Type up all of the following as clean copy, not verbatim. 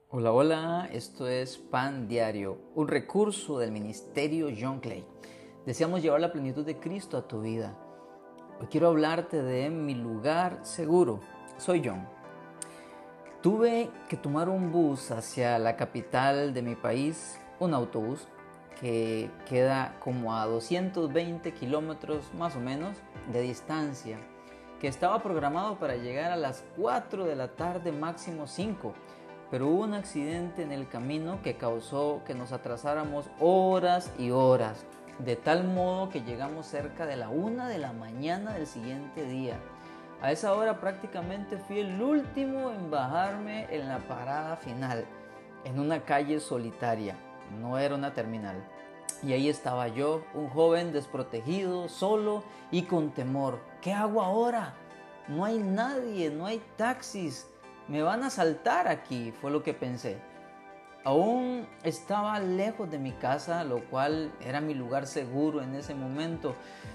Hola, hola, esto es Pan Diario, un recurso del Ministerio John Clay. Deseamos llevar la plenitud de Cristo a tu vida. Hoy quiero hablarte de mi lugar seguro. Soy John. Tuve que tomar un bus hacia la capital de mi país, un autobús que queda como a 220 kilómetros más o menos de distancia, que estaba programado para llegar a las 4 de la tarde, máximo 5, pero hubo un accidente en el camino que causó que nos atrasáramos horas y horas, de tal modo que llegamos cerca de la 1 de la mañana del siguiente día. A esa hora prácticamente fui el último en bajarme en la parada final, en una calle solitaria, no era una terminal. Y ahí estaba yo, un joven desprotegido, solo y con temor. ¿Qué hago ahora? No hay nadie, no hay taxis. Me van a asaltar aquí, fue lo que pensé. Aún estaba lejos de mi casa, lo cual era mi lugar seguro en ese momento.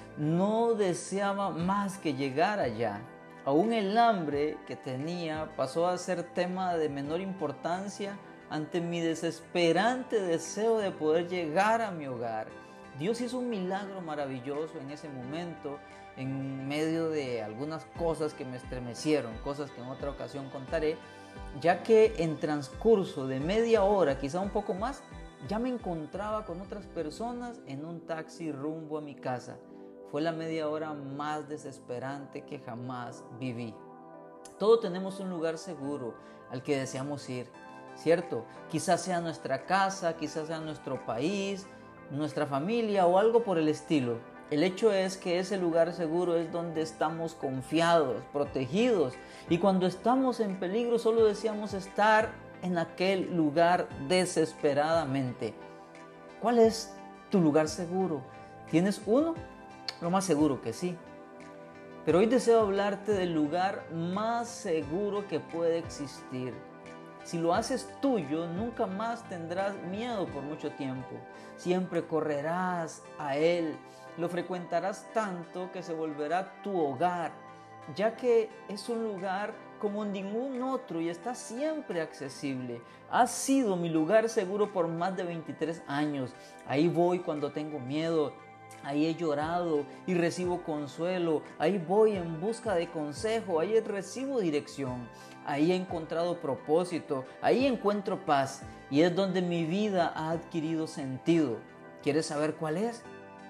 No deseaba más que llegar allá. Aún el hambre que tenía pasó a ser tema de menor importancia ante mi desesperante deseo de poder llegar a mi hogar. Dios hizo un milagro maravilloso en ese momento, en medio de algunas cosas que me estremecieron, cosas que en otra ocasión contaré, ya que en transcurso de media hora, quizá un poco más, ya me encontraba con otras personas en un taxi rumbo a mi casa. Fue la media hora más desesperante que jamás viví. Todos tenemos un lugar seguro al que deseamos ir, ¿cierto? Quizás sea nuestra casa, quizás sea nuestro país, nuestra familia o algo por el estilo. El hecho es que ese lugar seguro es donde estamos confiados, protegidos, y cuando estamos en peligro solo deseamos estar en aquel lugar desesperadamente. ¿Cuál es tu lugar seguro? ¿Tienes uno? Lo más seguro que sí. Pero hoy deseo hablarte del lugar más seguro que puede existir. Si lo haces tuyo, nunca más tendrás miedo por mucho tiempo. Siempre correrás a él, lo frecuentarás tanto que se volverá tu hogar, ya que es un lugar como ningún otro y está siempre accesible. Ha sido mi lugar seguro por más de 23 años. Ahí voy cuando tengo miedo. Ahí he llorado y recibo consuelo. Ahí voy en busca de consejo. Ahí recibo dirección. Ahí he encontrado propósito. Ahí encuentro paz. Y es donde mi vida ha adquirido sentido. ¿Quieres saber cuál es?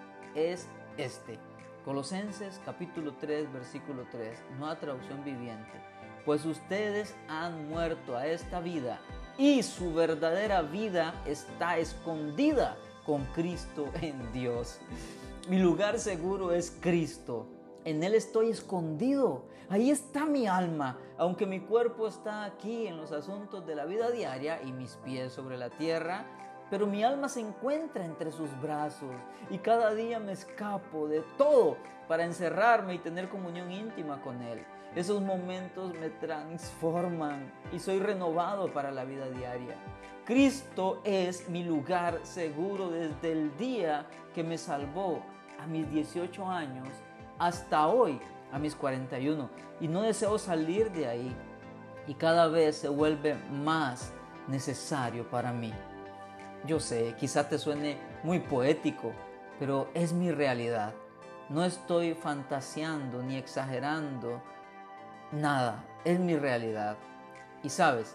Es este. Colosenses capítulo 3, versículo 3. Nueva traducción viviente. Pues ustedes han muerto a esta vida y su verdadera vida está escondida con Cristo en Dios. Mi lugar seguro es Cristo. En Él estoy escondido. Ahí está mi alma. Aunque mi cuerpo está aquí en los asuntos de la vida diaria y mis pies sobre la tierra, pero mi alma se encuentra entre sus brazos y cada día me escapo de todo para encerrarme y tener comunión íntima con Él. Esos momentos me transforman y soy renovado para la vida diaria. Cristo es mi lugar seguro desde el día que me salvó a mis 18 años hasta hoy a mis 41 y no deseo salir de ahí y cada vez se vuelve más necesario para mí. Yo sé, quizá te suene muy poético, pero es mi realidad. No estoy fantaseando ni exagerando nada, es mi realidad. Y sabes,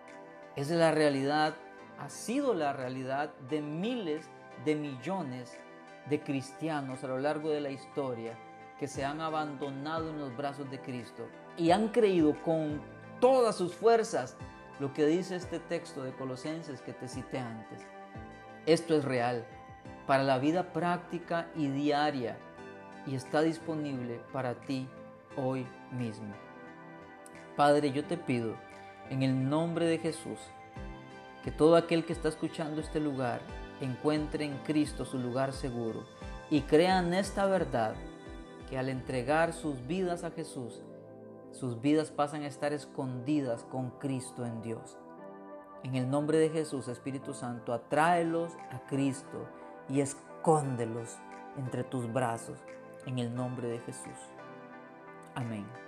es la realidad, ha sido la realidad de miles de millones de cristianos a lo largo de la historia que se han abandonado en los brazos de Cristo y han creído con todas sus fuerzas lo que dice este texto de Colosenses que te cité antes. Esto es real para la vida práctica y diaria y está disponible para ti hoy mismo. Padre, yo te pido en el nombre de Jesús que todo aquel que está escuchando este lugar encuentre en Cristo su lugar seguro y crean esta verdad, que al entregar sus vidas a Jesús, sus vidas pasan a estar escondidas con Cristo en Dios. En el nombre de Jesús, Espíritu Santo, atráelos a Cristo y escóndelos entre tus brazos, en el nombre de Jesús. Amén.